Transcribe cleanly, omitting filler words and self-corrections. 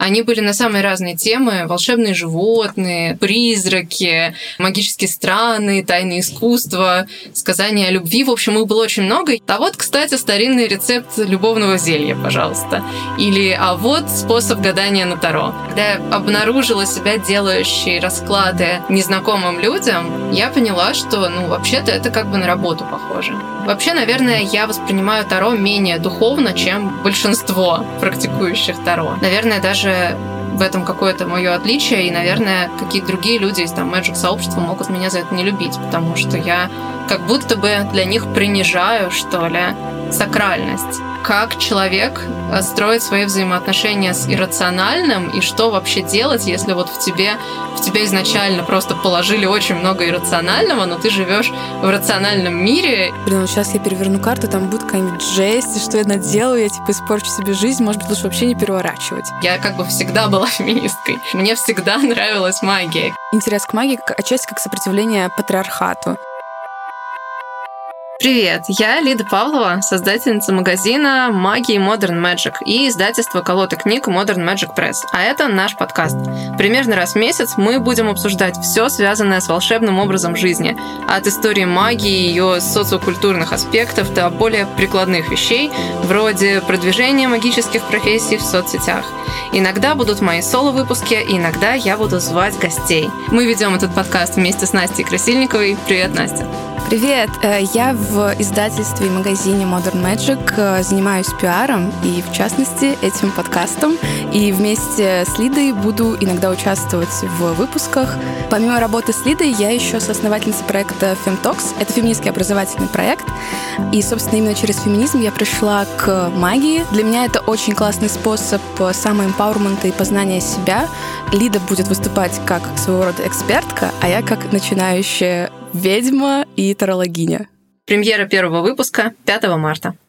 Они были на самые разные темы: волшебные животные, призраки, магические страны, тайны искусства, сказания о любви. В общем, их было очень много. А вот, кстати, старинный рецепт любовного зелья, пожалуйста. Или «А вот способ гадания на Таро». Когда я обнаружила себя делающей расклады незнакомым людям, я поняла, что, вообще-то это как бы на работу похоже. Вообще, наверное, я воспринимаю Таро менее духовно, чем большинство практикующих Таро. Наверное, даже в этом какое-то мое отличие, и, наверное, какие-то другие люди из Magic-сообщества могут меня за это не любить, потому что я как будто бы для них принижаю, что ли, сакральность. Как человек строит свои взаимоотношения с иррациональным, и что вообще делать, если вот в тебя изначально просто положили очень много иррационального, но ты живешь в рациональном мире. Блин, сейчас я переверну карту, там будет какая-нибудь жесть, и что я наделаю, я испорчу себе жизнь, может быть, лучше вообще не переворачивать. Я как бы всегда была феминисткой. Мне всегда нравилась магия. Интерес к магии отчасти как сопротивление патриархату. Привет, я Лида Павлова, создательница магазина «Магия и Modern Magic» и издательства колод и книг Modern Magic Press. А это наш подкаст. Примерно раз в месяц мы будем обсуждать все, связанное с волшебным образом жизни. От истории магии и ее социокультурных аспектов до более прикладных вещей, вроде продвижения магических профессий в соцсетях. Иногда будут мои соло-выпуски, и иногда я буду звать гостей. Мы ведем этот подкаст вместе с Настей Красильниковой. Привет, Настя. Привет! Я в издательстве и магазине Modern Magic занимаюсь пиаром и, в частности, этим подкастом. И вместе с Лидой буду иногда участвовать в выпусках. Помимо работы с Лидой, я еще соосновательница проекта FemTalks. Это феминистский образовательный проект. И, собственно, именно через феминизм я пришла к магии. Для меня это очень классный способ самоэмпауэрмента и познания себя. Лида будет выступать как своего рода экспертка, а я как начинающая ведьма и тарологиня. Премьера первого выпуска 5 марта.